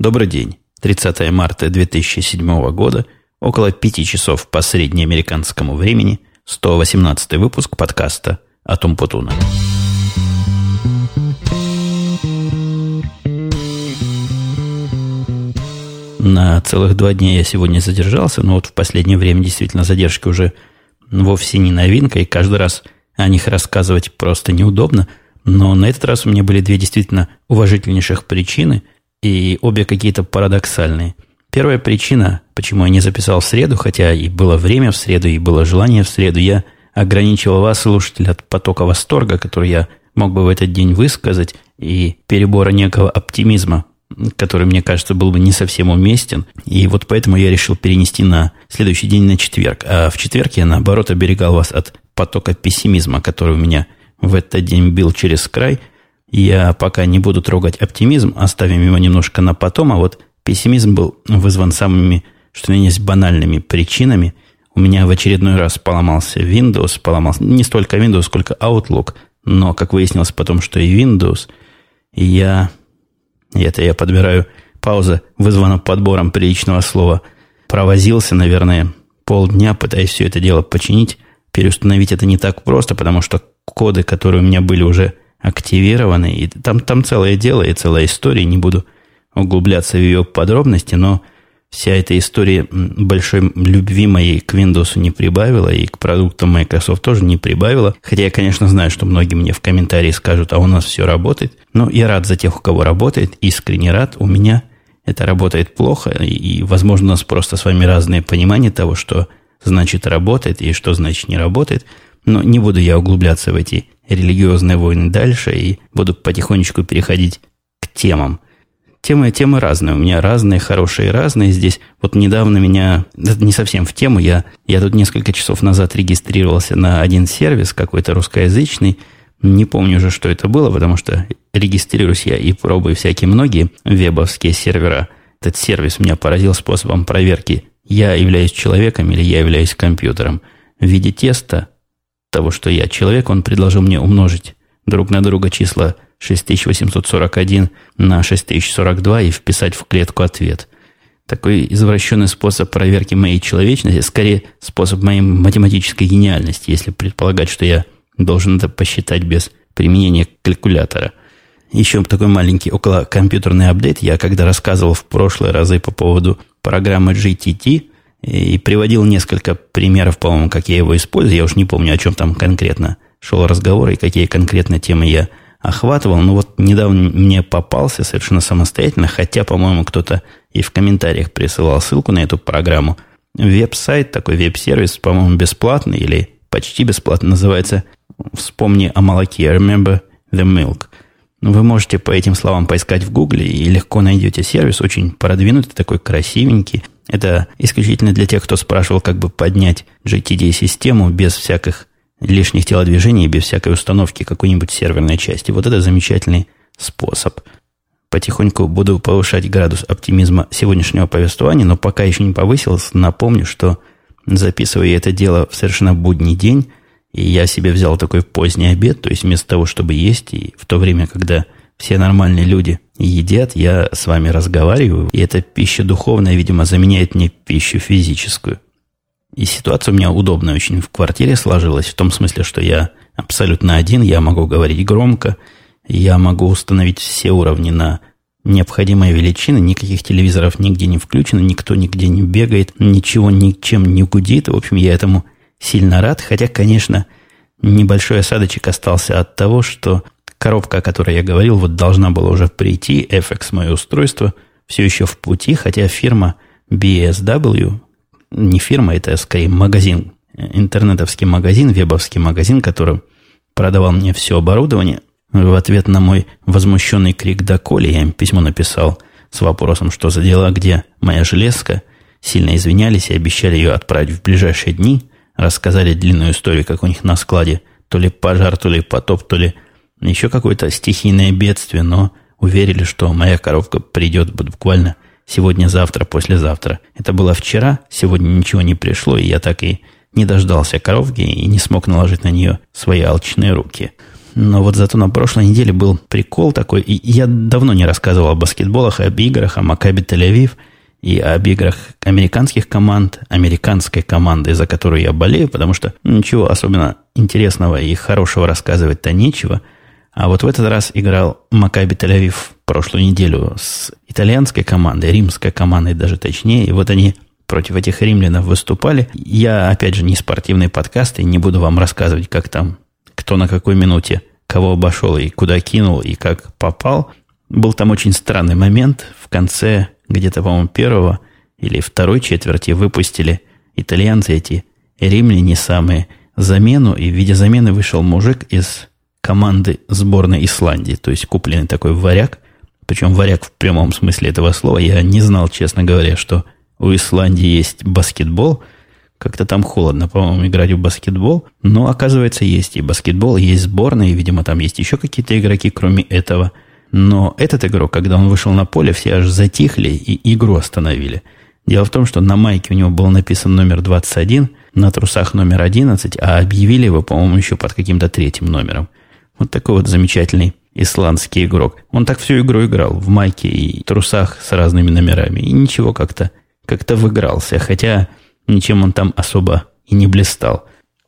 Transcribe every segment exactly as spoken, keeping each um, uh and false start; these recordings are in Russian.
Добрый день. тридцатое марта две тысячи седьмого года, около пяти часов по среднеамериканскому времени, сто восемнадцатый выпуск подкаста «Атум Путуна». На целых два дня я сегодня задержался, но вот в последнее время действительно задержки уже вовсе не новинка, и каждый раз о них рассказывать просто неудобно. Но на этот раз у меня были две действительно уважительнейших причины, и обе какие-то парадоксальные. Первая причина, почему я не записал в среду, хотя и было время в среду, и было желание в среду, я ограничивал вас, слушатель, от потока восторга, который я мог бы в этот день высказать, и перебора некого оптимизма, который, мне кажется, был бы не совсем уместен. И вот поэтому я решил перенести на следующий день, на четверг. А в четверг я, наоборот, оберегал вас от потока пессимизма, который у меня в этот день бил через край. Я пока не буду трогать оптимизм, оставим его немножко на потом, а вот пессимизм был вызван самыми, что ни есть, банальными причинами. У меня в очередной раз поломался Windows, поломался не столько Windows, сколько Outlook, но, как выяснилось потом, что и Windows, и я, и это я подбираю, пауза, вызвана подбором приличного слова, провозился, наверное, полдня, пытаясь все это дело починить. Переустановить это не так просто, потому что коды, которые у меня были уже активированы, и там, там целое дело и целая история, не буду углубляться в ее подробности, но вся эта история большой любви моей к Windows не прибавила, и к продуктам Microsoft тоже не прибавила. Хотя я, конечно, знаю, что многие мне в комментарии скажут, а у нас все работает. Но я рад за тех, у кого работает, искренне рад. У меня это работает плохо, и, и возможно, у нас просто с вами разные понимания того, что значит работает и что значит не работает. Но не буду я углубляться в эти религиозные войны дальше и буду потихонечку переходить к темам. Темы, темы разные. У меня разные, хорошие и разные. Здесь вот недавно меня... Это не совсем в тему. Я, я тут несколько часов назад регистрировался на один сервис, какой-то русскоязычный. Не помню уже, что это было, потому что регистрируюсь я и пробую всякие многие вебовские сервера. Этот сервис меня поразил способом проверки, я являюсь человеком или я являюсь компьютером. В виде теста того, что я человек, он предложил мне умножить друг на друга числа шесть тысяч восемьсот сорок один на шесть тысяч сорок два и вписать в клетку ответ. Такой извращенный способ проверки моей человечности, скорее способ моей математической гениальности, если предполагать, что я должен это посчитать без применения калькулятора. Еще такой маленький околокомпьютерный апдейт. Я когда рассказывал в прошлые разы по поводу программы джи ти ти и приводил несколько примеров, по-моему, как я его использую. Я уж не помню, о чем там конкретно шел разговор и какие конкретно темы я охватывал. Но вот недавно мне попался совершенно самостоятельно, хотя, по-моему, кто-то и в комментариях присылал ссылку на эту программу. Веб-сайт, такой веб-сервис, по-моему, бесплатный или почти бесплатный, называется «Вспомни о молоке», «Remember the Milk». Вы можете по этим словам поискать в Гугле и легко найдете сервис, очень продвинутый, такой красивенький. Это исключительно для тех, кто спрашивал, как бы поднять джи ти ди-систему без всяких лишних телодвижений, без всякой установки какой-нибудь серверной части. Вот это замечательный способ. Потихоньку буду повышать градус оптимизма сегодняшнего повествования, но пока еще не повысился, напомню, что записываю я это дело в совершенно будний день, и я себе взял такой поздний обед, то есть вместо того, чтобы есть, и в то время, когда все нормальные люди едят, я с вами разговариваю, и эта пища духовная, видимо, заменяет мне пищу физическую. И ситуация у меня удобная очень в квартире сложилась, в том смысле, что я абсолютно один, я могу говорить громко, я могу установить все уровни на необходимые величины, никаких телевизоров нигде не включено, никто нигде не бегает, ничего ничем не гудит. В общем, я этому сильно рад, хотя, конечно, небольшой осадочек остался от того, что коробка, о которой я говорил, вот должна была уже прийти, эф икс, мое устройство, все еще в пути, хотя фирма би эс дабл ю, не фирма, это скорее магазин, интернетовский магазин, вебовский магазин, который продавал мне все оборудование, в ответ на мой возмущенный крик доколе я им письмо написал с вопросом, что за дела, где моя железка, сильно извинялись и обещали ее отправить в ближайшие дни, рассказали длинную историю, как у них на складе то ли пожар, то ли потоп, то ли еще какое-то стихийное бедствие, но уверили, что моя коробка придет буквально сегодня-завтра, послезавтра. Это было вчера, сегодня ничего не пришло, и я так и не дождался коробки и не смог наложить на нее свои алчные руки. Но вот зато на прошлой неделе был прикол такой. И я давно не рассказывал о баскетболах, об играх, о Маккаби Тель-Авив и об играх американских команд, американской команды, за которую я болею, потому что ничего особенно интересного и хорошего рассказывать-то нечего. А вот в этот раз играл Маккаби Тель-Авив прошлую неделю с итальянской командой, римской командой даже точнее. И вот они против этих римлянов выступали. Я, опять же, не спортивный подкаст, и не буду вам рассказывать, как там, кто на какой минуте кого обошел и куда кинул, и как попал. Был там очень странный момент. В конце, где-то, по-моему, первого или второй четверти выпустили итальянцы эти римляне самые замену, и в виде замены вышел мужик из команды сборной Исландии, то есть купленный такой варяг, причем варяг в прямом смысле этого слова. Я не знал, честно говоря, что у Исландии есть баскетбол. Как-то там холодно, по-моему, играть в баскетбол. Но, оказывается, есть и баскетбол, есть сборная, и, видимо, там есть еще какие-то игроки, кроме этого. Но этот игрок, когда он вышел на поле, все аж затихли и игру остановили. Дело в том, что на майке у него был написан номер двадцать один, на трусах номер одиннадцать, а объявили его, по-моему, еще под каким-то третьим номером. Вот такой вот замечательный исландский игрок. Он так всю игру играл в майке и трусах с разными номерами. И ничего, как-то как-то выигрался. Хотя ничем он там особо и не блистал.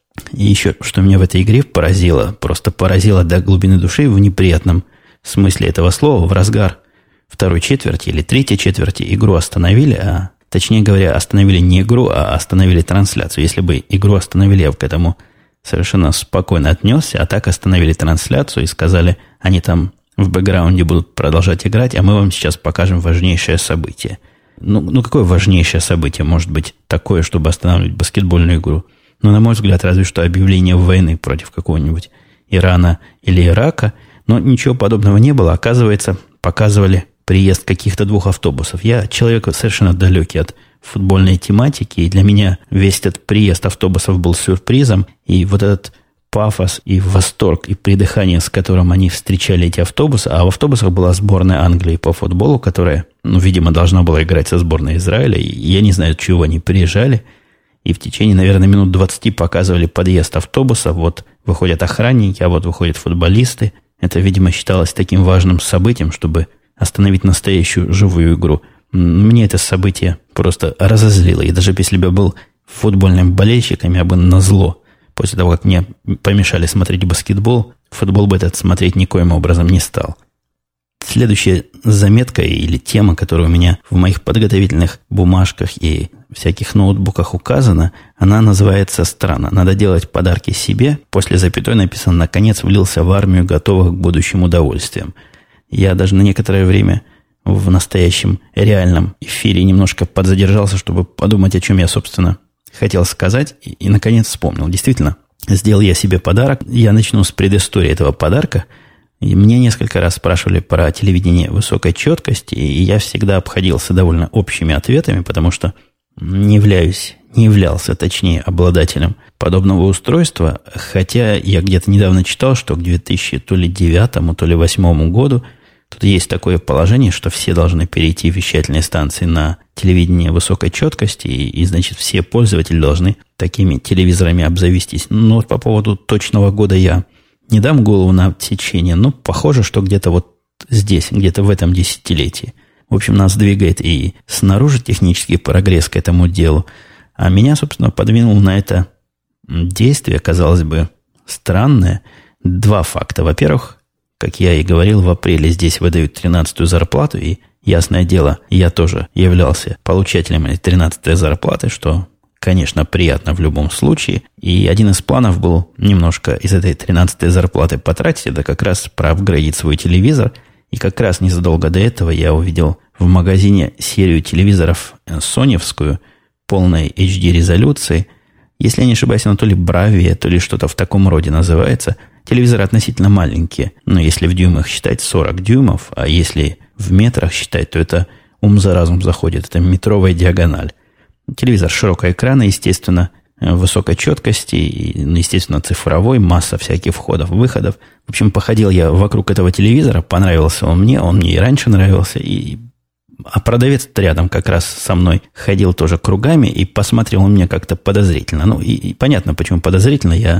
И еще, что меня в этой игре поразило, просто поразило до глубины души в неприятном смысле этого слова, в разгар второй четверти или третьей четверти игру остановили, а точнее говоря, остановили не игру, а остановили трансляцию. Если бы игру остановили, я бы к этому совершенно спокойно отнесся, а так остановили трансляцию и сказали, они там в бэкграунде будут продолжать играть, а мы вам сейчас покажем важнейшее событие. Ну, ну, какое важнейшее событие может быть такое, чтобы останавливать баскетбольную игру? Ну, на мой взгляд, разве что объявление войны против какого-нибудь Ирана или Ирака. Но ничего подобного не было. Оказывается, показывали приезд каких-то двух автобусов. Я человек совершенно далекий от футбольной тематики, и для меня весь этот приезд автобусов был сюрпризом. И вот этот пафос и восторг и придыхание, с которым они встречали эти автобусы. А в автобусах была сборная Англии по футболу, которая, ну, видимо, должна была играть со сборной Израиля. И я не знаю, чего они приезжали. И в течение, наверное, минут двадцати показывали подъезд автобуса. Вот выходят охранники, а вот выходят футболисты. Это, видимо, считалось таким важным событием, чтобы остановить настоящую живую игру. Мне это событие просто разозлило. И даже если бы я был футбольным болельщиком, я бы назло, после того, как мне помешали смотреть баскетбол, футбол бы этот смотреть никоим образом не стал. Следующая заметка или тема, которая у меня в моих подготовительных бумажках и всяких ноутбуках указана, она называется «Странно. Надо делать подарки себе». После запятой написано «Наконец влился в армию готовых к будущим удовольствиям». Я даже на некоторое время в настоящем реальном эфире немножко подзадержался, чтобы подумать, о чем я, собственно, хотел сказать, и, и наконец вспомнил. Действительно, сделал я себе подарок. Я начну с предыстории этого подарка. И мне несколько раз спрашивали про телевидение высокой четкости, и я всегда обходился довольно общими ответами, потому что не являюсь, не являлся, точнее, обладателем подобного устройства, хотя я где-то недавно читал, что к две тысячи девятому, то ли восьмому году тут есть такое положение, что все должны перейти вещательные станции на телевидение высокой четкости, и, и, значит, все пользователи должны такими телевизорами обзавестись. Но вот по поводу точного года я не дам голову на отсечение, но похоже, что где-то вот здесь, где-то в этом десятилетии. В общем, нас двигает и снаружи технический прогресс к этому делу. А меня, собственно, подвинул на это действие, казалось бы, странное. Два факта. Во-первых, как я и говорил, в апреле здесь выдают тринадцатую зарплату, и, ясное дело, я тоже являлся получателем этой тринадцатой зарплаты, что, конечно, приятно в любом случае. И один из планов был немножко из этой тринадцатой зарплаты потратить, это как раз проапгрейдить свой телевизор. И как раз незадолго до этого я увидел в магазине серию телевизоров соневскую, полной эйч ди резолюции. Если я не ошибаюсь, она то ли Бравия, то ли что-то в таком роде называется. Телевизоры относительно маленькие, но если в дюймах считать сорок дюймов, а если в метрах считать, то это ум за разум заходит. Это метровая диагональ. Телевизор широкого экрана, естественно, высокой четкости, и, ну, естественно, цифровой, масса всяких входов, выходов. В общем, походил я вокруг этого телевизора, понравился он мне, он мне и раньше нравился, и... а продавец рядом как раз со мной ходил тоже кругами, и посмотрел он меня как-то подозрительно. Ну, и, и понятно, почему подозрительно, я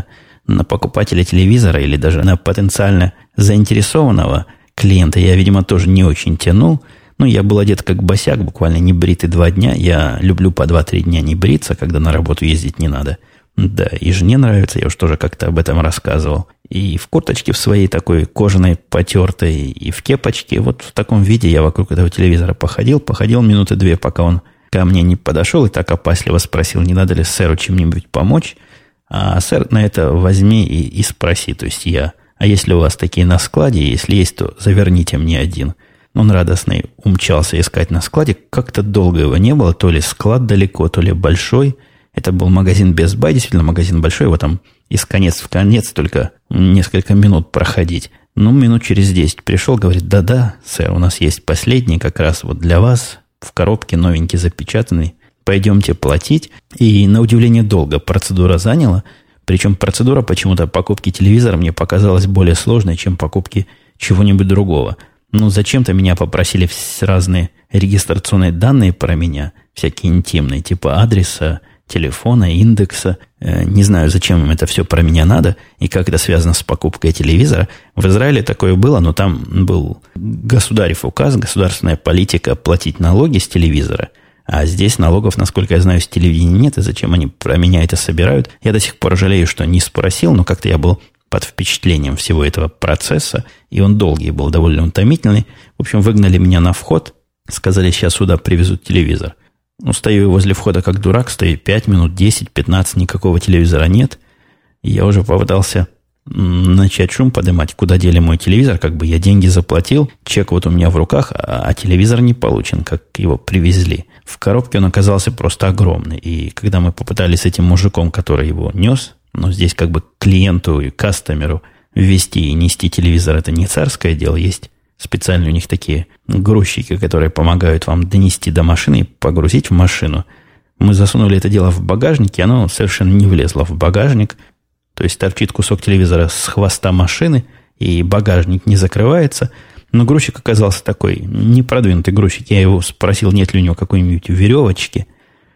на покупателя телевизора или даже на потенциально заинтересованного клиента я, видимо, тоже не очень тянул. Ну, я был одет как босяк, буквально не бритый два дня. Я люблю по два-три дня не бриться, когда на работу ездить не надо. Да, и жене нравится, я уж тоже как-то об этом рассказывал. И в курточке в своей такой кожаной потертой, и в кепочке. Вот в таком виде я вокруг этого телевизора походил. Походил минуты две, пока он ко мне не подошел и так опасливо спросил, не надо ли сэру чем-нибудь помочь. А сэр на это возьми и, и спроси. То есть я, а если у вас такие на складе, если есть, то заверните мне один. Он радостный умчался искать на складе. Как-то долго его не было. То ли склад далеко, то ли большой. Это был магазин Best Buy, действительно магазин большой. Его там из конец в конец только несколько минут проходить. Ну, минут через десять пришел, говорит, да-да, сэр, у нас есть последний как раз вот для вас. В коробке новенький запечатанный. Пойдемте платить. И на удивление долго процедура заняла. Причем процедура почему-то покупки телевизора мне показалась более сложной, чем покупки чего-нибудь другого. Ну, зачем-то меня попросили разные регистрационные данные про меня, всякие интимные, типа адреса, телефона, индекса. Э, не знаю, зачем им это все про меня надо и как это связано с покупкой телевизора. В Израиле такое было, но там был государев указ, государственная политика платить налоги с телевизора. А здесь налогов, насколько я знаю, с телевидения нет, и зачем они про меня это собирают. Я до сих пор жалею, что не спросил, но как-то я был под впечатлением всего этого процесса, и он долгий был, довольно утомительный. В общем, выгнали меня на вход, сказали, сейчас сюда привезут телевизор. Ну, стою возле входа как дурак, стою пять минут, десять, пятнадцать, никакого телевизора нет. И я уже попытался начать шум поднимать, куда дели мой телевизор, как бы я деньги заплатил, чек вот у меня в руках, а, а телевизор не получен, как его привезли. В коробке он оказался просто огромный. И когда мы попытались с этим мужиком, который его нес, но здесь как бы клиенту и кастомеру везти и нести телевизор, это не царское дело. Есть специальные у них такие грузчики, которые помогают вам донести до машины и погрузить в машину. Мы засунули это дело в багажник, и оно совершенно не влезло в багажник. То есть торчит кусок телевизора с хвоста машины, и багажник не закрывается. Но грузчик оказался такой непродвинутый грузчик. Я его спросил, нет ли у него какой-нибудь веревочки.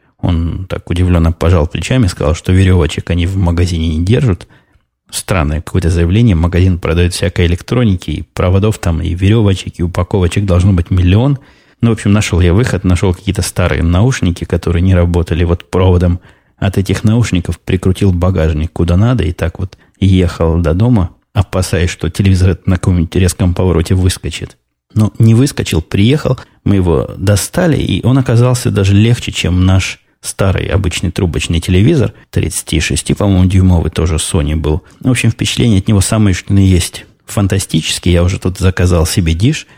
Он так удивленно пожал плечами, сказал, что веревочек они в магазине не держат. Странное какое-то заявление. Магазин продает всякой электроники, и проводов там, и веревочек, и упаковочек должно быть миллион. Ну, в общем, нашел я выход, нашел какие-то старые наушники, которые не работали. Вот проводом от этих наушников прикрутил багажник куда надо, и так вот ехал до дома, опасаясь, что телевизор на каком-нибудь резком повороте выскочит. Но не выскочил, приехал, мы его достали, и он оказался даже легче, чем наш старый обычный трубочный телевизор, тридцать шесть, по-моему, дюймовый, тоже Sony был. В общем, впечатление от него самое, что ни есть, фантастические. Я уже тут заказал себе Dish,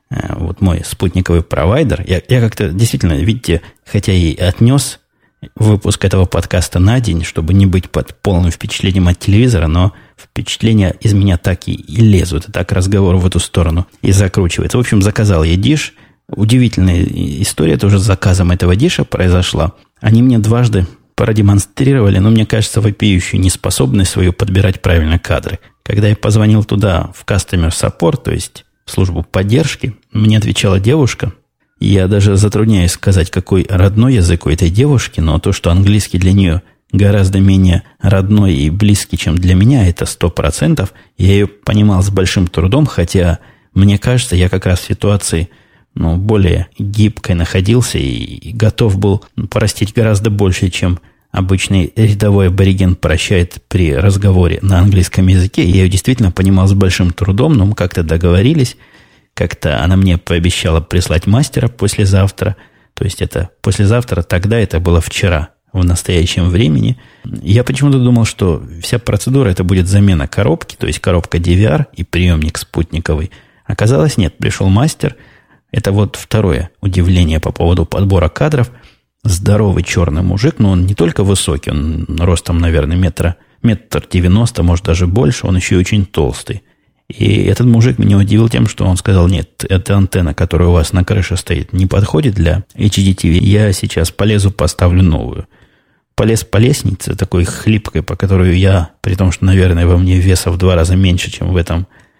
вот мой спутниковый провайдер. Я, я как-то действительно, видите, хотя и отнес выпуск этого подкаста на день, чтобы не быть под полным впечатлением от телевизора, но впечатления из меня так и, и лезут, и так разговор в эту сторону и закручивается. В общем, заказал я Dish. Удивительная история тоже с заказом этого Диша произошла. Они мне дважды продемонстрировали, но мне кажется, вопиющую неспособность свою подбирать правильно кадры. Когда я позвонил туда в Customer Support, то есть в службу поддержки, мне отвечала девушка. Я даже затрудняюсь сказать, какой родной язык у этой девушки, но то, что английский для нее гораздо менее родной и близкий, чем для меня, это сто процентов. Я ее понимал с большим трудом, хотя, мне кажется, я как раз в ситуации, ну, более гибкой находился и готов был простить гораздо больше, чем обычный рядовой абориген прощает при разговоре на английском языке. Я ее действительно понимал с большим трудом, но мы как-то договорились. Как-то она мне пообещала прислать мастера послезавтра. То есть это послезавтра, тогда это было вчера, в настоящем времени. Я почему-то думал, что вся процедура это будет замена коробки, то есть коробка ди ви ар и приемник спутниковый. Оказалось, нет, пришел мастер. Это вот второе удивление по поводу подбора кадров. Здоровый черный мужик, но он не только высокий, он ростом, наверное, метра, метр девяносто, может даже больше, он еще и очень толстый. И этот мужик меня удивил тем, что он сказал, нет, эта антенна, которая у вас на крыше стоит, не подходит для эйч ди ти ви, я сейчас полезу, поставлю новую. Полез по лестнице, такой хлипкой, по которой я, при том, что, наверное, во мне веса в два раза меньше, чем в этом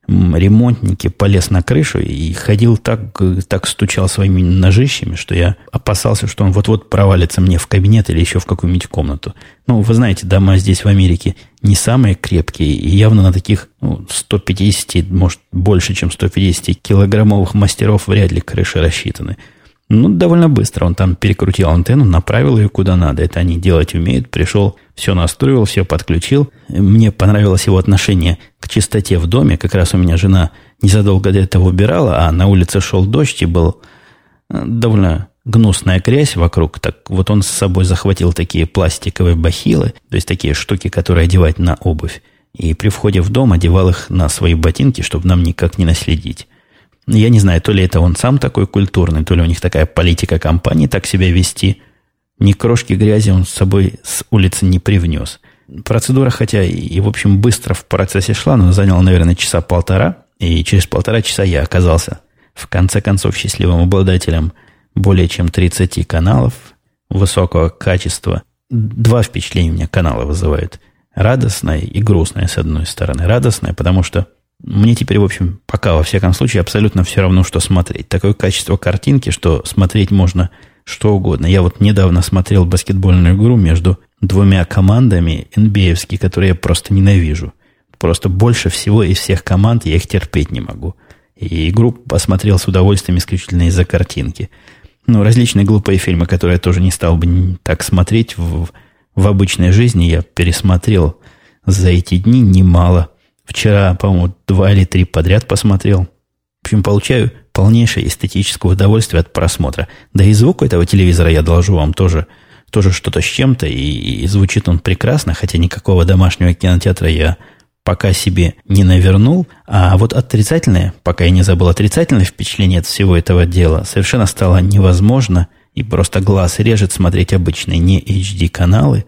ремонтники, полез на крышу и ходил так, так стучал своими ножищами, что я опасался, что он вот-вот провалится мне в кабинет или еще в какую-нибудь комнату. Ну, вы знаете, дома здесь в Америке не самые крепкие, и явно на таких ну, сто пятьдесят, может, больше, чем сто пятьдесят килограммовых мастеров вряд ли крыши рассчитаны. Ну, довольно быстро он там перекрутил антенну, направил ее куда надо. Это они делать умеют. Пришел, все настроил, все подключил. Мне понравилось его отношение к чистоте в доме. Как раз у меня жена незадолго до этого убирала, а на улице шел дождь, и был довольно гнусная грязь вокруг. Так вот он с собой захватил такие пластиковые бахилы, то есть такие штуки, которые одевать на обувь. И при входе в дом одевал их на свои ботинки, чтобы нам никак не наследить. Я не знаю, то ли это он сам такой культурный, то ли у них такая политика компании так себя вести. Ни крошки грязи он с собой с улицы не привнес. Процедура, хотя и, в общем, быстро в процессе шла, но заняла, наверное, часа полтора. И через полтора часа я оказался, в конце концов, счастливым обладателем более чем тридцати каналов высокого качества. Два впечатления у меня канала вызывают. Радостное и грустное, с одной стороны. Радостное, потому что мне теперь, в общем, пока, во всяком случае, абсолютно все равно, что смотреть. Такое качество картинки, что смотреть можно что угодно. Я вот недавно смотрел баскетбольную игру между двумя командами эн би эй-евские, которые я просто ненавижу. Просто больше всего из всех команд я их терпеть не могу. И игру посмотрел с удовольствием исключительно из-за картинки. Ну, различные глупые фильмы, которые я тоже не стал бы так смотреть в, в обычной жизни, я пересмотрел за эти дни немало. Вчера, по-моему, два или три подряд посмотрел. В общем, получаю полнейшее эстетическое удовольствие от просмотра. Да и звук этого телевизора, я доложу вам, тоже, тоже что-то с чем-то. И, и звучит он прекрасно, хотя никакого домашнего кинотеатра я пока себе не навернул. А вот отрицательное, пока я не забыл, отрицательное впечатление от всего этого дела совершенно стало невозможно. И просто глаз режет смотреть обычные не эйч ди-каналы.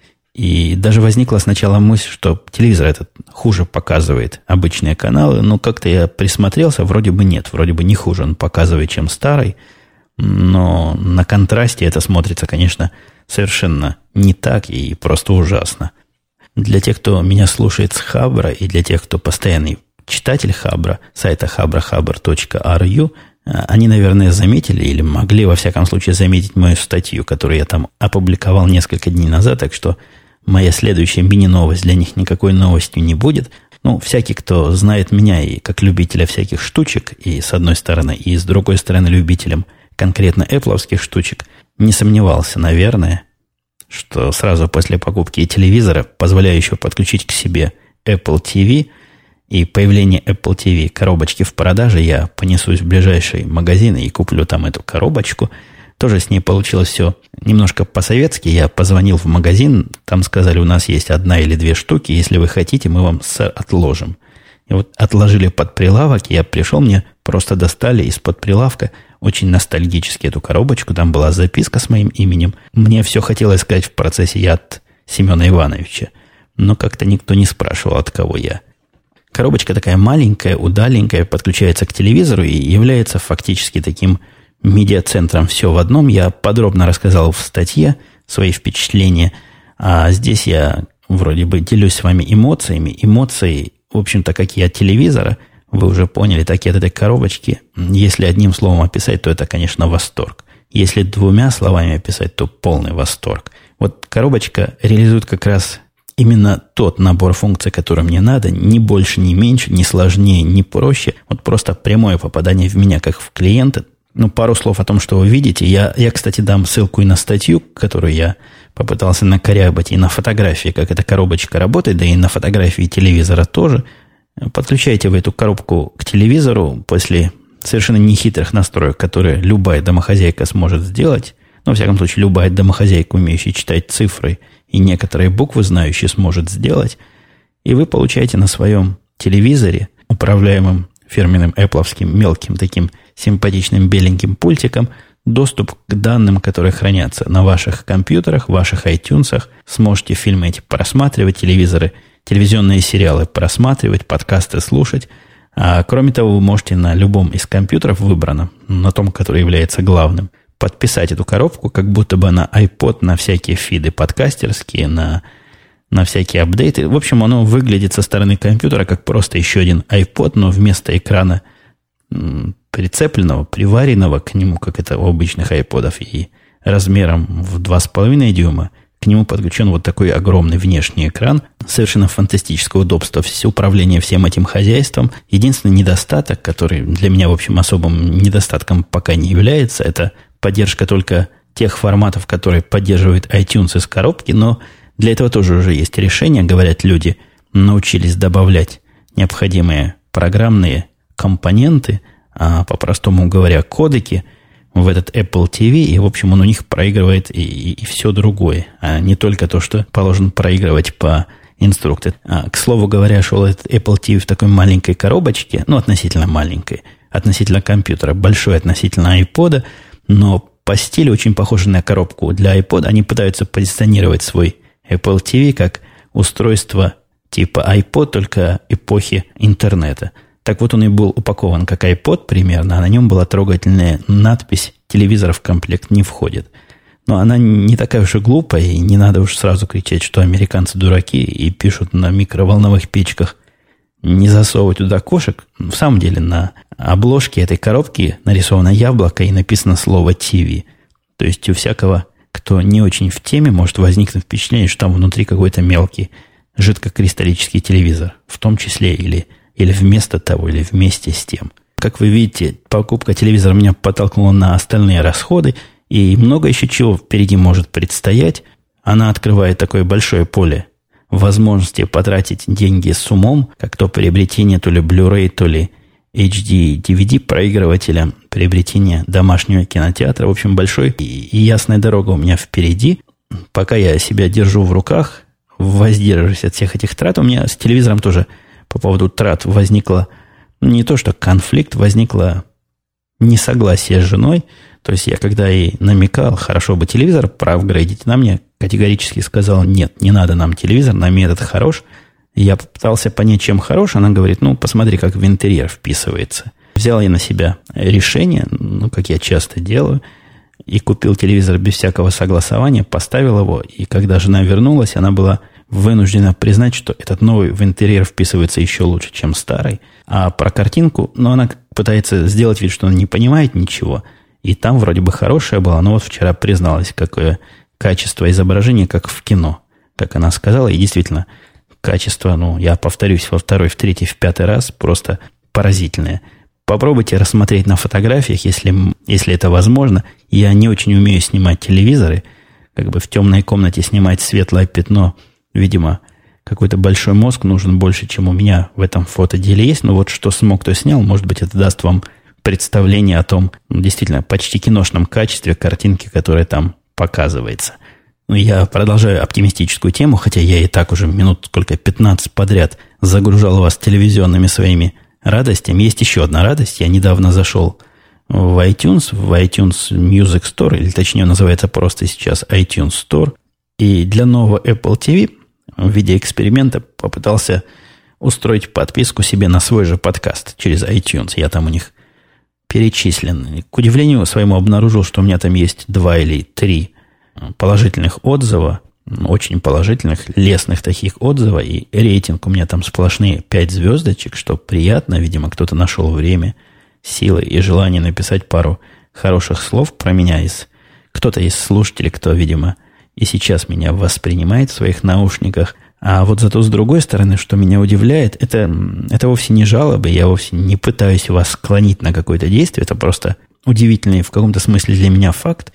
И даже возникла сначала мысль, что телевизор этот хуже показывает обычные каналы, но как-то я присмотрелся, вроде бы нет, вроде бы не хуже он показывает, чем старый, но на контрасте это смотрится, конечно, совершенно не так и просто ужасно. Для тех, кто меня слушает с Хабра, и для тех, кто постоянный читатель Хабра, сайта хабра хабр точка ар ю, они, наверное, заметили или могли, во всяком случае, заметить мою статью, которую я там опубликовал несколько дней назад, так что моя следующая мини-новость для них никакой новостью не будет. Ну, всякий, кто знает меня и как любителя всяких штучек, и с одной стороны, и с другой стороны любителем конкретно Apple-овских штучек, не сомневался, наверное, что сразу после покупки телевизора, позволяющего подключить к себе Apple ти ви, и появление Apple ти ви коробочки в продаже, я понесусь в ближайший магазин и куплю там эту коробочку. Тоже с ней получилось все немножко по-советски. Я позвонил в магазин, там сказали, у нас есть одна или две штуки, если вы хотите, мы вам отложим. И вот отложили под прилавок, я пришел, мне просто достали из-под прилавка очень ностальгически эту коробочку, там была записка с моим именем. Мне все хотелось сказать в процессе «я от Семена Ивановича», но как-то никто не спрашивал, от кого я. Коробочка такая маленькая, удаленькая, подключается к телевизору и является фактически таким медиацентром все в одном. Я подробно рассказал в статье свои впечатления, а здесь я вроде бы делюсь с вами эмоциями. Эмоции, в общем-то, как и от телевизора, вы уже поняли, так и от этой коробочки. Если одним словом описать, то это, конечно, восторг. Если двумя словами описать, то полный восторг. Вот коробочка реализует как раз именно тот набор функций, который мне надо, ни больше, ни меньше, ни сложнее, ни проще. Вот просто прямое попадание в меня, как в клиента. Ну, пару слов о том, что вы видите. Я, я, кстати, дам ссылку и на статью, которую я попытался накорябать, и на фотографии, как эта коробочка работает, да и на фотографии телевизора тоже. Подключайте вы эту коробку к телевизору после совершенно нехитрых настроек, которые любая домохозяйка сможет сделать. Ну, во всяком случае, любая домохозяйка, умеющая читать цифры и некоторые буквы знающие, сможет сделать. И вы получаете на своем телевизоре, управляемым фирменным Apple-овским мелким таким симпатичным беленьким пультиком, доступ к данным, которые хранятся на ваших компьютерах, ваших iTunes. Сможете фильмы эти просматривать, телевизоры, телевизионные сериалы просматривать, подкасты слушать. А кроме того, вы можете на любом из компьютеров выбранном, на том, который является главным, подписать эту коробку, как будто бы на iPod, на всякие фиды подкастерские, на, на всякие апдейты. В общем, оно выглядит со стороны компьютера как просто еще один iPod, но вместо экрана м, прицепленного, приваренного к нему, как это у обычных iPod'ов, и размером в два с половиной дюйма, к нему подключен вот такой огромный внешний экран. Совершенно фантастическое удобство управления всем этим хозяйством. Единственный недостаток, который для меня, в общем, особым недостатком пока не является, это поддержка только тех форматов, которые поддерживает iTunes из коробки, но для этого тоже уже есть решение. Говорят, люди научились добавлять необходимые программные компоненты, а по-простому говоря, кодеки в этот Apple ти ви, и, в общем, он у них проигрывает и, и, и все другое, а не только то, что положено проигрывать по инструкции. А, к слову говоря, шел этот Apple ти ви в такой маленькой коробочке, ну, относительно маленькой, относительно компьютера, большой относительно iPod, но по стилю очень похожий на коробку для iPod. Они пытаются позиционировать свой Apple ти ви как устройство типа iPod, только эпохи интернета. Так вот, он и был упакован как iPod примерно, а на нем была трогательная надпись «Телевизор в комплект не входит». Но она не такая уж и глупая, и не надо уж сразу кричать, что американцы дураки и пишут на микроволновых печках не засовывать туда кошек. В самом деле, на обложке этой коробки нарисовано яблоко и написано слово «ти ви». То есть у всякого, кто не очень в теме, может возникнуть впечатление, что там внутри какой-то мелкий жидкокристаллический телевизор, в том числе или Или вместо того, или вместе с тем. Как вы видите, покупка телевизора меня подтолкнула на остальные расходы, и много еще чего впереди может предстоять. Она открывает такое большое поле возможности потратить деньги с умом, как то приобретение то ли Blu-ray, то ли эйч ди ди ви ди проигрывателя, приобретение домашнего кинотеатра. В общем, большой и, и ясная дорога у меня впереди. Пока я себя держу в руках, воздерживаюсь от всех этих трат, у меня с телевизором тоже по поводу трат возникло не то, что конфликт, возникло несогласие с женой. То есть я когда ей намекал, хорошо бы телевизор проапгрейдить, она мне категорически сказала, нет, не надо нам телевизор, нам этот хорош. Я попытался понять, чем хорош. Она говорит, ну, посмотри, как в интерьер вписывается. Взял я на себя решение, ну, как я часто делаю, и купил телевизор без всякого согласования, поставил его, и когда жена вернулась, она была вынуждена признать, что этот новый в интерьер вписывается еще лучше, чем старый. А про картинку, ну, она пытается сделать вид, что она не понимает ничего. И там вроде бы хорошая была, но вот вчера призналась, какое качество изображения, как в кино. Как она сказала, и действительно, качество, ну, я повторюсь во второй, в третий, в пятый раз, просто поразительное. Попробуйте рассмотреть на фотографиях, если, если это возможно. Я не очень умею снимать телевизоры. Как бы в темной комнате снимать светлое пятно. Видимо, какой-то большой мозг нужен больше, чем у меня в этом фотоделе есть. Но вот что смог, то снял. Может быть, это даст вам представление о том, ну, действительно, почти киношном качестве картинки, которая там показывается. Ну, я продолжаю оптимистическую тему, хотя я и так уже минут сколько, пятнадцать подряд загружал вас телевизионными своими радостями. Есть еще одна радость. Я недавно зашел в iTunes, в iTunes Music Store, или точнее называется просто сейчас iTunes Store. И для нового Apple ти ви в виде эксперимента попытался устроить подписку себе на свой же подкаст через iTunes. Я там у них перечислен. К удивлению своему обнаружил, что у меня там есть два или три положительных отзыва, очень положительных, лестных таких отзывов, и рейтинг у меня там сплошные пять звездочек, что приятно. Видимо, кто-то нашел время, силы и желание написать пару хороших слов про меня. Из, кто-то из слушателей, кто, видимо, и сейчас меня воспринимает в своих наушниках. А вот зато с другой стороны, что меня удивляет, это, это вовсе не жалобы, я вовсе не пытаюсь вас склонить на какое-то действие, это просто удивительный в каком-то смысле для меня факт.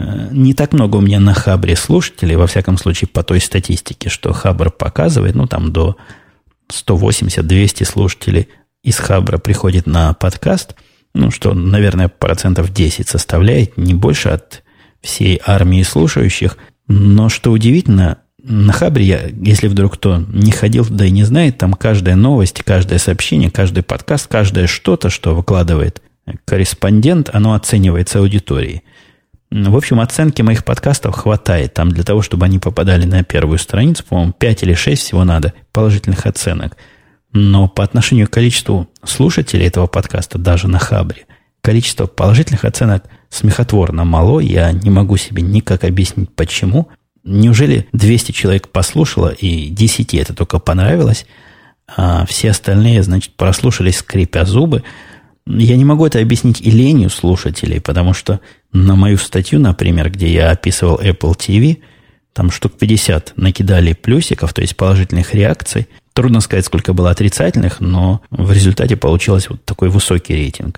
Не так много у меня на Хабре слушателей, во всяком случае, по той статистике, что Хабр показывает, ну, там до сто восемьдесят - двести слушателей из Хабра приходит на подкаст, ну, что, наверное, процентов десять составляет, не больше от всей армии слушающих. Но, что удивительно, на Хабре, я, если вдруг кто не ходил туда и не знает, там каждая новость, каждое сообщение, каждый подкаст, каждое что-то, что выкладывает корреспондент, оно оценивается аудиторией. В общем, оценки моих подкастов хватает там для того, чтобы они попадали на первую страницу. По-моему, пять или шесть всего надо положительных оценок. Но по отношению к количеству слушателей этого подкаста, даже на Хабре, количество положительных оценок смехотворно мало. Я не могу себе никак объяснить, почему. Неужели двести человек послушало, и десять это только понравилось, а все остальные, значит, прослушались, скрипя зубы? Я не могу это объяснить и ленью слушателей, потому что на мою статью, например, где я описывал Apple ти ви, там штук пятьдесят накидали плюсиков, то есть положительных реакций. Трудно сказать, сколько было отрицательных, но в результате получился вот такой высокий рейтинг.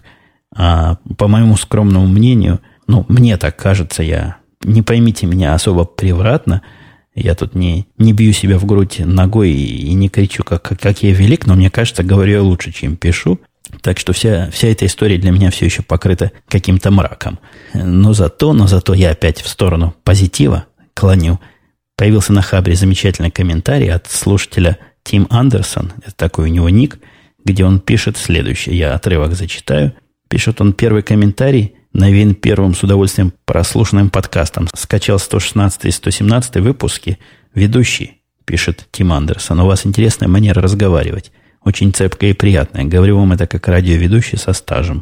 А по моему скромному мнению, ну, мне так кажется, я, не поймите меня особо превратно, я тут не, не бью себя в грудь ногой и, и не кричу, как, как, как я велик, но мне кажется, говорю я лучше, чем пишу. Так что вся, вся эта история для меня все еще покрыта каким-то мраком. Но зато, но зато я опять в сторону позитива клоню. Появился на Хабре замечательный комментарий от слушателя Тим Андерсон. Это такой у него ник, где он пишет следующее. Я отрывок зачитаю. Пишет он первый комментарий. Новин первым с удовольствием прослушанным подкастом. Скачал сто шестнадцатый и сто семнадцатый выпуски. Ведущий, пишет Тим Андерсон. У вас интересная манера разговаривать. Очень цепкая и приятная. Говорю вам это как радиоведущий со стажем.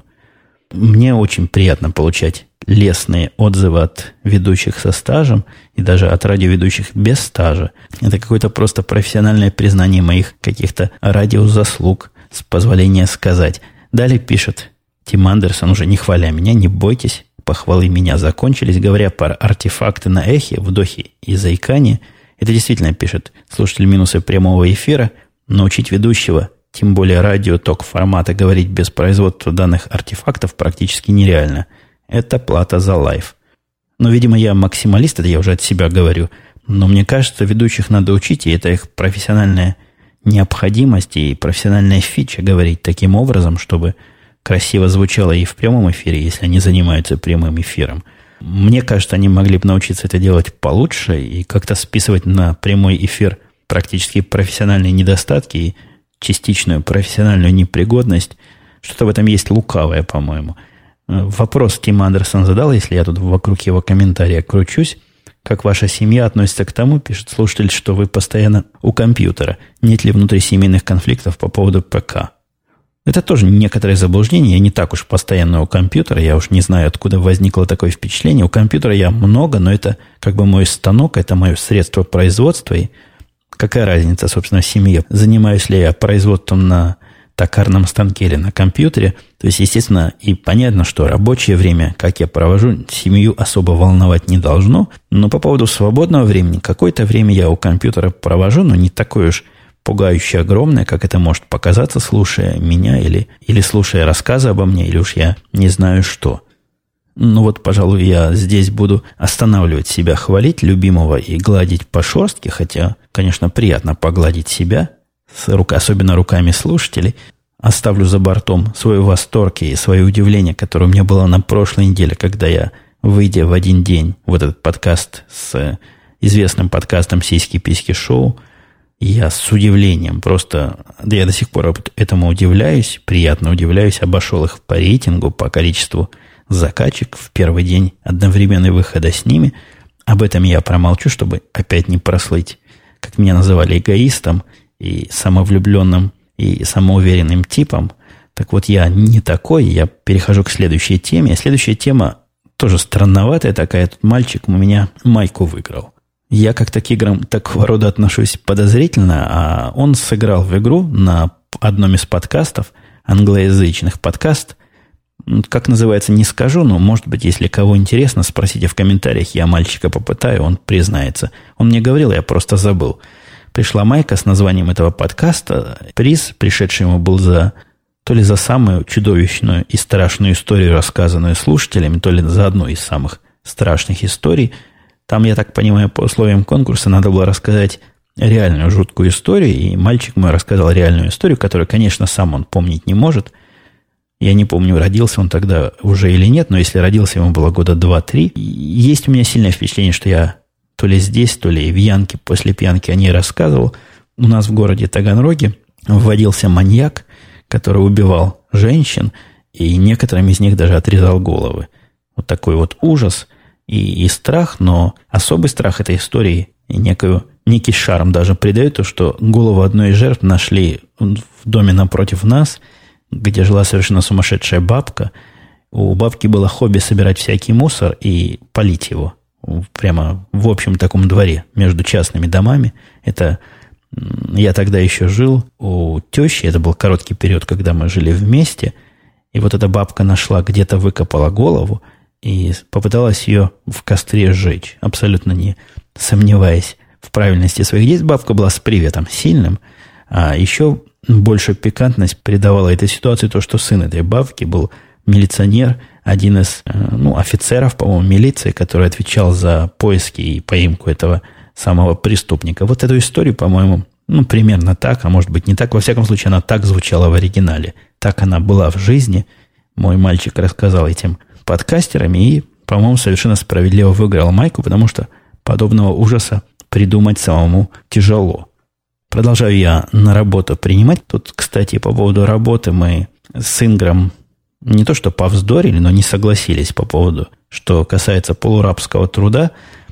Мне очень приятно получать лестные отзывы от ведущих со стажем и даже от радиоведущих без стажа. Это какое-то просто профессиональное признание моих каких-то радиозаслуг, с позволения сказать. Далее пишет Тим Андерсон, уже не хваля меня, не бойтесь, похвалы меня закончились, говоря про артефакты на эхе, вдохе и заикании. Это действительно, пишет слушатель, минусы прямого эфира. Научить ведущего, тем более радио-ток-формата, говорить без производства данных артефактов практически нереально. Это плата за лайф. Но, видимо, я максималист, это я уже от себя говорю. Но мне кажется, ведущих надо учить, и это их профессиональная необходимость и профессиональная фича говорить таким образом, чтобы красиво звучало и в прямом эфире, если они занимаются прямым эфиром. Мне кажется, они могли бы научиться это делать получше и как-то списывать на прямой эфир практически профессиональные недостатки и частичную профессиональную непригодность. Что-то в этом есть лукавое, по-моему. Вопрос Тим Андерсон задал, если я тут вокруг его комментария кручусь. Как ваша семья относится к тому, пишет слушатель, что вы постоянно у компьютера? Нет ли внутрисемейных конфликтов по поводу ПК? Это тоже некоторое заблуждение. Я не так уж постоянно у компьютера. Я уж не знаю, откуда возникло такое впечатление. У компьютера я много, но это как бы мой станок, это мое средство производства. И какая разница, собственно, в семье? Занимаюсь ли я производством на токарном станке или на компьютере? То есть, естественно, и понятно, что рабочее время, как я провожу, семью особо волновать не должно. Но по поводу свободного времени, какое-то время я у компьютера провожу, но не такое уж пугающе огромное, как это может показаться, слушая меня или, или слушая рассказы обо мне, или уж я не знаю что. Ну вот, пожалуй, я здесь буду останавливать себя, хвалить любимого и гладить по шерстке, хотя, конечно, приятно погладить себя, с рук, особенно руками слушателей. Оставлю за бортом свой восторг и свое удивление, которое у меня было на прошлой неделе, когда я, выйдя в один день в этот подкаст с известным подкастом «Сиськи-письки шоу», я с удивлением просто, да я до сих пор этому удивляюсь, приятно удивляюсь, обошел их по рейтингу, по количеству закачек в первый день одновременного выхода с ними. Об этом я промолчу, чтобы опять не прослыть, как меня называли, эгоистом и самовлюбленным и самоуверенным типом. Так вот, я не такой, я перехожу к следующей теме. Следующая тема тоже странноватая такая. Тут мальчик у меня майку выиграл. Я как-то к играм такого рода отношусь подозрительно, а он сыграл в игру на одном из подкастов, англоязычных подкаст. Как называется, не скажу, но, может быть, если кого интересно, спросите в комментариях, я мальчика попытаю, он признается. Он мне говорил, я просто забыл. Пришла майка с названием этого подкаста. Приз, пришедший ему, был за то ли за самую чудовищную и страшную историю, рассказанную слушателями, то ли за одну из самых страшных историй. Там, я так понимаю, по условиям конкурса надо было рассказать реальную жуткую историю, и мальчик мой рассказал реальную историю, которую, конечно, сам он помнить не может. Я не помню, родился он тогда уже или нет, но если родился, ему было года два-три. Есть у меня сильное впечатление, что я то ли здесь, то ли в Янке после пьянки о ней рассказывал. У нас в городе Таганроге вводился маньяк, который убивал женщин, и некоторым из них даже отрезал головы. Вот такой вот ужас и, и страх, но особый страх этой истории и некую, некий шарм даже придает то, что голову одной из жертв нашли в доме напротив нас, где жила совершенно сумасшедшая бабка. У бабки было хобби собирать всякий мусор и палить его. прямо в общем таком дворе между частными домами. Это я тогда еще жил у тещи, это был короткий период, когда мы жили вместе, и вот эта бабка нашла, где-то выкопала голову и попыталась ее в костре сжечь, абсолютно не сомневаясь в правильности своих действий. Бабка была с приветом сильным, а еще больше пикантность придавала этой ситуации то, что сын этой бабки был милиционер, один из ну, офицеров, по-моему, милиции, который отвечал за поиски и поимку этого самого преступника. Вот эту историю, по-моему, ну, примерно так, а может быть не так. Во всяком случае, она так звучала в оригинале. Так она была в жизни. Мой мальчик рассказал этим подкастерам и, по-моему, совершенно справедливо выиграл майку, потому что подобного ужаса придумать самому тяжело. Продолжаю я на работу принимать. Тут, кстати, по поводу работы мы с Ингром не то что повздорили, но не согласились по поводу, что касается полурабского труда.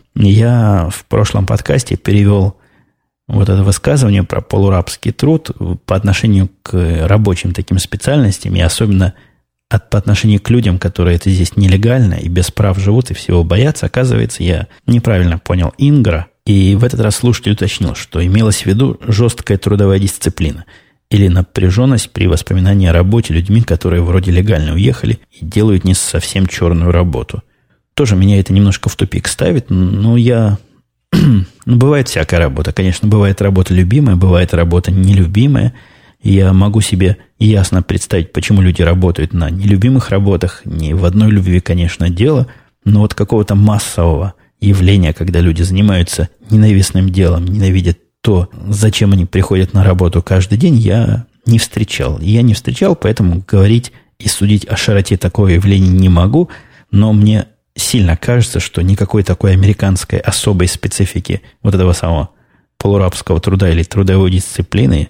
Я в прошлом подкасте перевел вот это высказывание про полурабский труд по отношению к рабочим таким специальностям, и особенно от, по отношению к людям, которые это здесь нелегально и без прав живут и всего боятся. Оказывается, я неправильно понял Ингра, и в этот раз слушатель уточнил, что имелось в виду жесткая трудовая дисциплина или напряженность при воспоминании о работе людьми, которые вроде легально уехали и делают не совсем черную работу. Тоже меня это немножко в тупик ставит, но я... ну, бывает всякая работа. Конечно, бывает работа любимая, бывает работа нелюбимая. Я могу себе ясно представить, почему люди работают на нелюбимых работах. Не в одной любви, конечно, дело, но вот какого-то массового явления, когда люди занимаются ненавистным делом, ненавидят то, зачем они приходят на работу каждый день, я не встречал. Я не встречал, поэтому говорить и судить о широте такого явления не могу, но мне сильно кажется, что никакой такой американской особой специфики вот этого самого полурабского труда или трудовой дисциплины,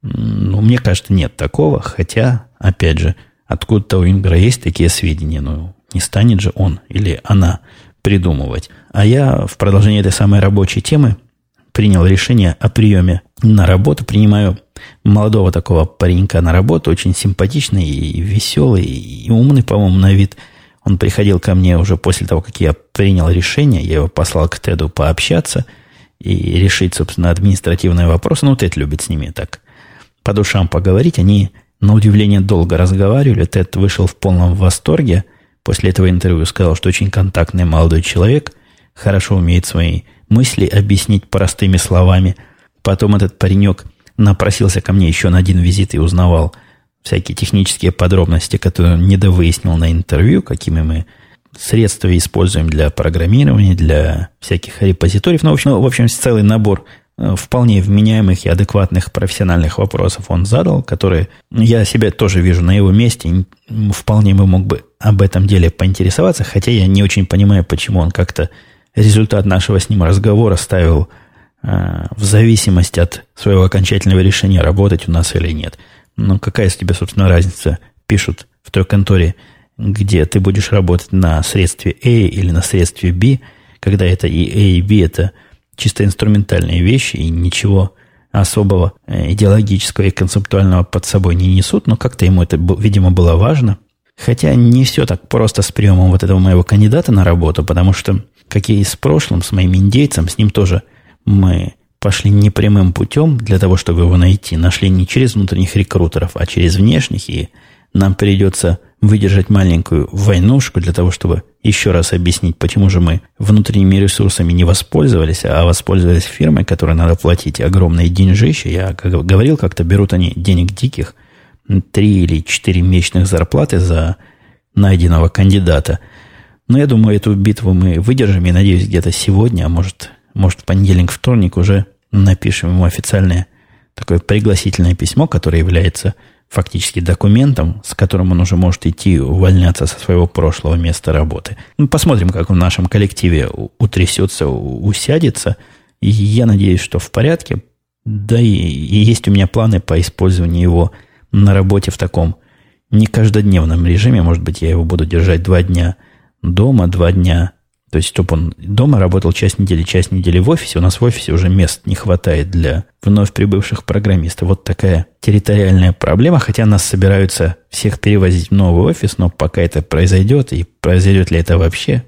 ну, мне кажется, нет такого, хотя, опять же, откуда-то у Ингра есть такие сведения, ну, не станет же он или она придумывать. А я в продолжении этой самой рабочей темы принял решение о приеме на работу. Принимаю молодого такого паренька на работу, очень симпатичный и веселый, и умный, по-моему, на вид. Он приходил ко мне уже после того, как я принял решение. Я его послал к Теду пообщаться и решить, собственно, административные вопросы. Ну, Тед любит с ними так по душам поговорить. Они, на удивление, долго разговаривали. Тед вышел в полном восторге. После этого интервью сказал, что очень контактный молодой человек, хорошо умеет свои мысли объяснить простыми словами. Потом этот паренек напросился ко мне еще на один визит и узнавал всякие технические подробности, которые он недовыяснил на интервью, какими мы средства используем для программирования, для всяких репозиториев. Ну, в общем, в общем, целый набор вполне вменяемых и адекватных профессиональных вопросов он задал, которые я себя тоже вижу на его месте. Вполне бы мог бы об этом деле поинтересоваться, хотя я не очень понимаю, почему он как-то результат нашего с ним разговора ставил э, в зависимости от своего окончательного решения, работать у нас или нет. Ну, какая из тебя, собственно, разница, пишут в той конторе, где ты будешь работать на средстве A или на средстве B, когда это и A, и B – это чисто инструментальные вещи, и ничего особого идеологического и концептуального под собой не несут, но как-то ему это, видимо, было важно. Хотя не все так просто с приемом вот этого моего кандидата на работу, потому что, как и с прошлым, с моим индейцем, с ним тоже мы пошли непрямым путем для того, чтобы его найти. Нашли не через внутренних рекрутеров, а через внешних, и нам придется выдержать маленькую войнушку для того, чтобы еще раз объяснить, почему же мы внутренними ресурсами не воспользовались, а воспользовались фирмой, которой надо платить огромные деньжища. Я как говорил, как-то берут они денег диких, три или четыре месячных зарплаты за найденного кандидата. Но я думаю, эту битву мы выдержим, и надеюсь, где-то сегодня, а может, может в понедельник, вторник уже напишем ему официальное такое пригласительное письмо, которое является фактически документом, с которым он уже может идти увольняться со своего прошлого места работы. Ну, посмотрим, как он в нашем коллективе утрясется, усядется. И я надеюсь, что в порядке. Да и, и есть у меня планы по использованию его на работе в таком не каждодневном режиме. Может быть, я его буду держать два дня дома, два дня. То есть, чтобы он дома работал часть недели, часть недели в офисе. У нас в офисе уже мест не хватает для вновь прибывших программистов. Вот такая территориальная проблема. Хотя нас собираются всех перевозить в новый офис, но пока это произойдет, и произойдет ли это вообще,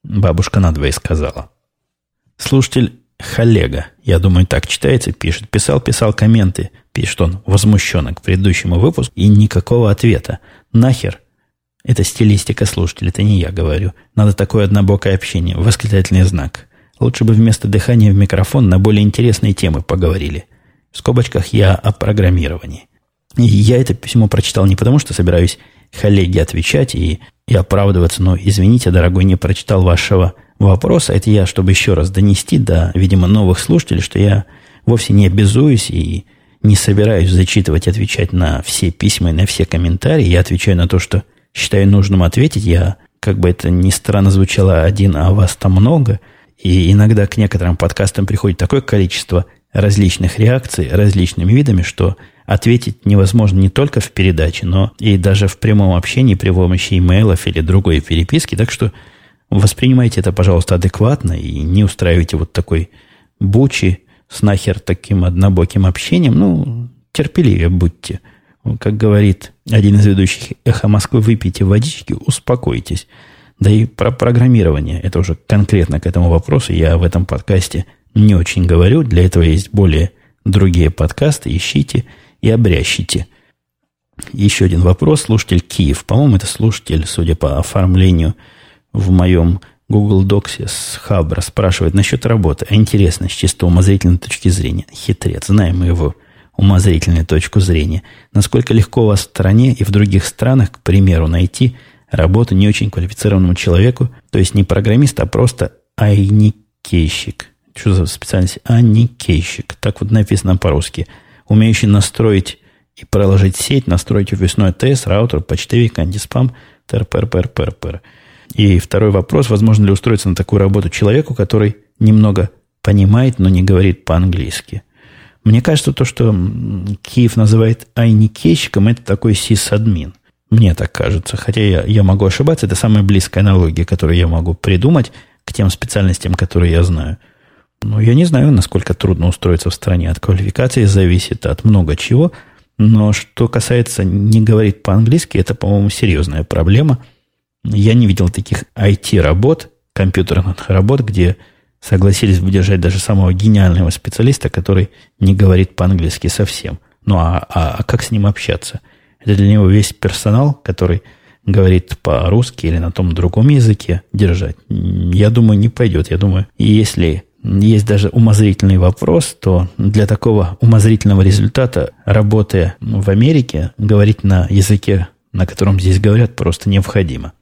Бабушка надвое сказала. Слушатель Халега, я думаю, так читается, пишет. Писал, писал комменты, пишет он возмущенно к предыдущему выпуску, и никакого ответа. Нахер? Это стилистика слушателя, это не я говорю. Надо такое однобокое общение, восклицательный знак. Лучше бы вместо дыхания в микрофон на более интересные темы поговорили. В скобочках я о программировании. И я это письмо прочитал не потому, что собираюсь Халеге отвечать и, и оправдываться, но, извините, дорогой, не прочитал вашего вопроса. Это я, чтобы еще раз донести до, видимо, новых слушателей, что я вовсе не обязуюсь и не собираюсь зачитывать, отвечать на все письма и на все комментарии. Я отвечаю на то, что считаю нужным ответить. Я, как бы это ни странно звучало, один, а вас там много. И иногда к некоторым подкастам приходит такое количество различных реакций, различными видами, что ответить невозможно не только в передаче, но и даже в прямом общении при помощи имейлов или другой переписки. Так что воспринимайте это, пожалуйста, адекватно и не устраивайте вот такой бучи с нахер таким однобоким общением. Ну, терпеливее будьте. Как говорит один из ведущих «Эхо Москвы», выпейте водички, успокойтесь. Да и про программирование, это уже конкретно к этому вопросу, я в этом подкасте не очень говорю. Для этого есть более другие подкасты. Ищите и обрящите. Еще один вопрос. Слушатель Киев. По-моему, это слушатель, судя по оформлению в моем Google Docs с Хабра, спрашивает насчет работы. А интересно, с чисто умозрительной точки зрения. Хитрец. Знаем мы его умозрительную точку зрения. Насколько легко у вас в стране и в других странах, к примеру, найти работу не очень квалифицированному человеку, то есть не программист, а просто айникейщик. Что за специальность? Айникейщик. Так вот написано по-русски. Умеющий настроить и проложить сеть, настроить офисной ТС, раутер, почтовик, антиспам, тр-пр-пр-пр-пр. И второй вопрос. Возможно ли устроиться на такую работу человеку, который немного понимает, но не говорит по-английски? Мне кажется, то, что Киев называет айникейщиком, это такой сисадмин. Мне так кажется. Хотя я, я могу ошибаться. Это самая близкая аналогия, которую я могу придумать к тем специальностям, которые я знаю. Но я не знаю, насколько трудно устроиться в стране. От квалификации зависит, от много чего. Но что касается не говорит по-английски, это, по-моему, серьезная проблема. Я не видел таких ай ти-работ, компьютерных работ, где согласились выдержать даже самого гениального специалиста, который не говорит по-английски совсем. Ну, а, а, а как с ним общаться? Это для него весь персонал, который говорит по-русски или на том другом языке, держать. Я думаю, не пойдет. Я думаю, если есть даже умозрительный вопрос, то для такого умозрительного результата, работая в Америке, говорить на языке, на котором здесь говорят, просто необходимо.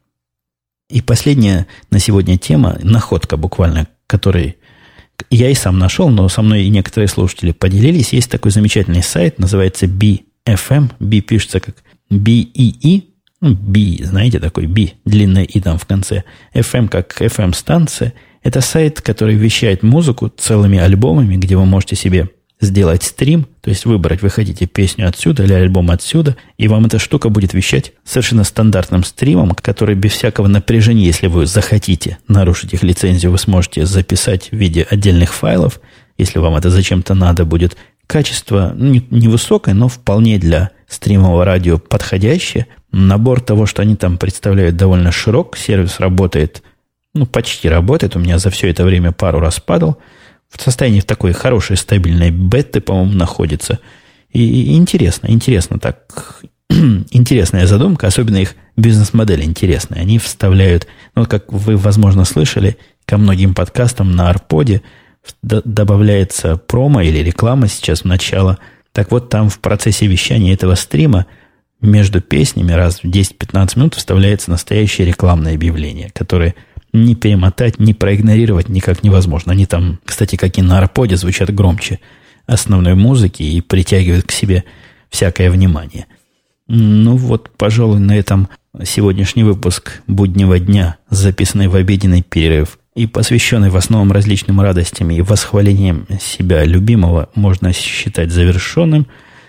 И последняя на сегодня тема, находка буквально, которой я и сам нашел, но со мной и некоторые слушатели поделились. Есть такой замечательный сайт, называется би эф эм. B пишется как би и и. Ну, B, знаете, такой B, длинное И там в конце. эф эм как эф эм-станция. Это сайт, который вещает музыку целыми альбомами, где вы можете себе сделать стрим, то есть выбрать, вы хотите песню отсюда или альбом отсюда, и вам эта штука будет вещать совершенно стандартным стримом, который без всякого напряжения, если вы захотите нарушить их лицензию, вы сможете записать в виде отдельных файлов, если вам это зачем-то надо будет. Качество невысокое, но вполне для стримового радио подходящее. Набор того, что они там представляют, довольно широк. Сервис работает, ну, почти работает. У меня за все это время пару раз падал. В состоянии такой хорошей, стабильной беты, по-моему, находится. И, и интересно, интересно так. Интересная задумка, особенно их бизнес-модель интересная. Они вставляют, ну, как вы, возможно, слышали, ко многим подкастам на Арподе добавляется промо или реклама сейчас в начало. Так вот, там в процессе вещания этого стрима между песнями раз в десять-пятнадцать минут вставляется настоящее рекламное объявление, которое не перемотать, не проигнорировать никак невозможно. Они там, кстати, как и на Арподе, звучат громче основной музыки и притягивают к себе всякое внимание. Ну вот, пожалуй, на этом сегодняшний выпуск буднего дня, записанный в обеденный перерыв и посвященный в основном различным радостям и восхвалениям себя любимого, можно считать завершенным.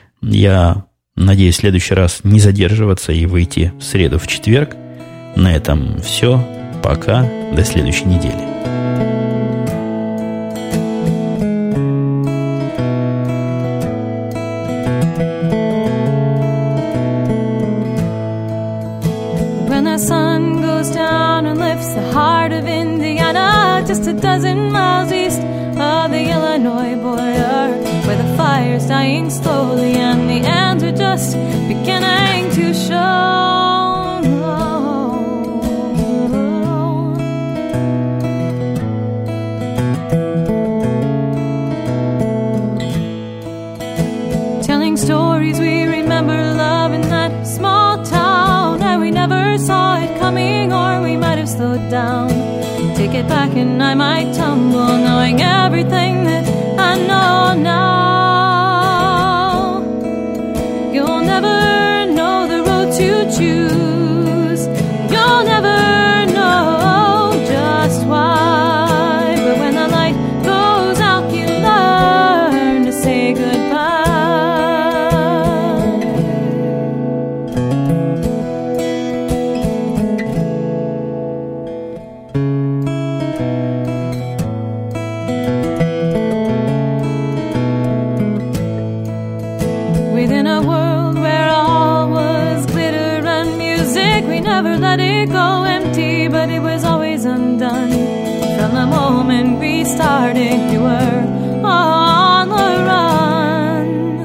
Я надеюсь, в следующий раз не задерживаться и выйти в среду, в четверг. На этом все. Пока. До следующей недели. When the sun goes down and lifts the high heart of Indiana, just a dozen miles east of the Illinois border, where the fire's dying slowly and the ends are just beginning to show. Telling stories, we remember love in that small town, and we never saw it coming, or we might have slowed down. Take it back and I might tumble, knowing everything that I know now. You'll never know the road to choose. You'll never know just why. But when the light goes out, you learn to say goodbye. Within a world where all was glitter and music, we never let it go empty, but it was always undone. From the moment we started, we were on the run.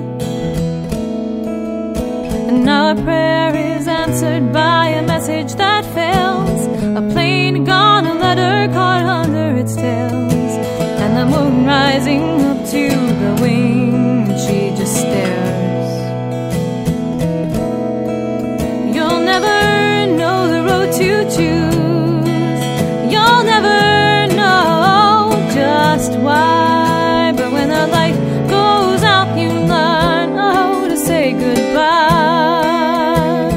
And now a prayer is answered by a message that fails, a plane gone, a letter caught under its tails, and the moon rising up to the wing, she just stares. You'll never know the road to choose. You'll never know just why. But when the light goes out, you learn how to say goodbye.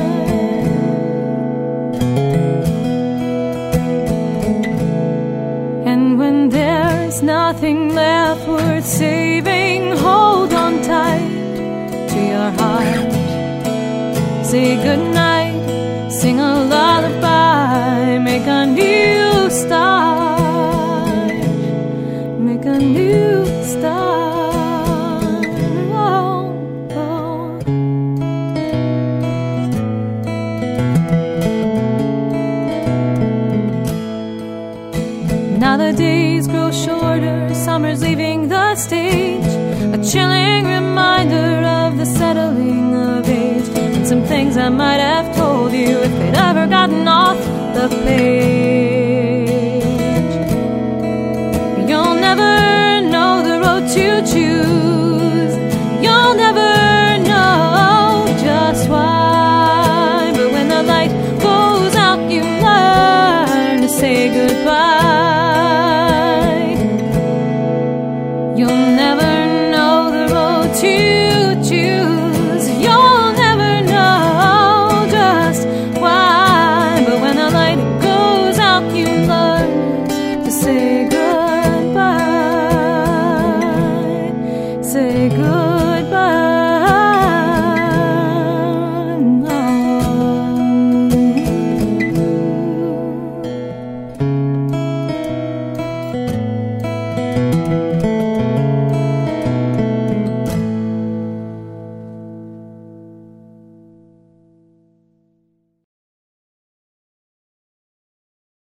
And when there's nothing left worth saving, hold on tight to your heart. Say goodnight, sing a lullaby, make a new start, make a new start. Oh, oh. Now the days grow shorter, summer's leaving the stage, a chilling reminder of the settling of age. Some things I might have told you if they'd ever gotten off the page. You'll never know the road to choose. You'll never know just why. But when the light goes out, you learn to say goodbye. You'll never know the road to choose. You'll say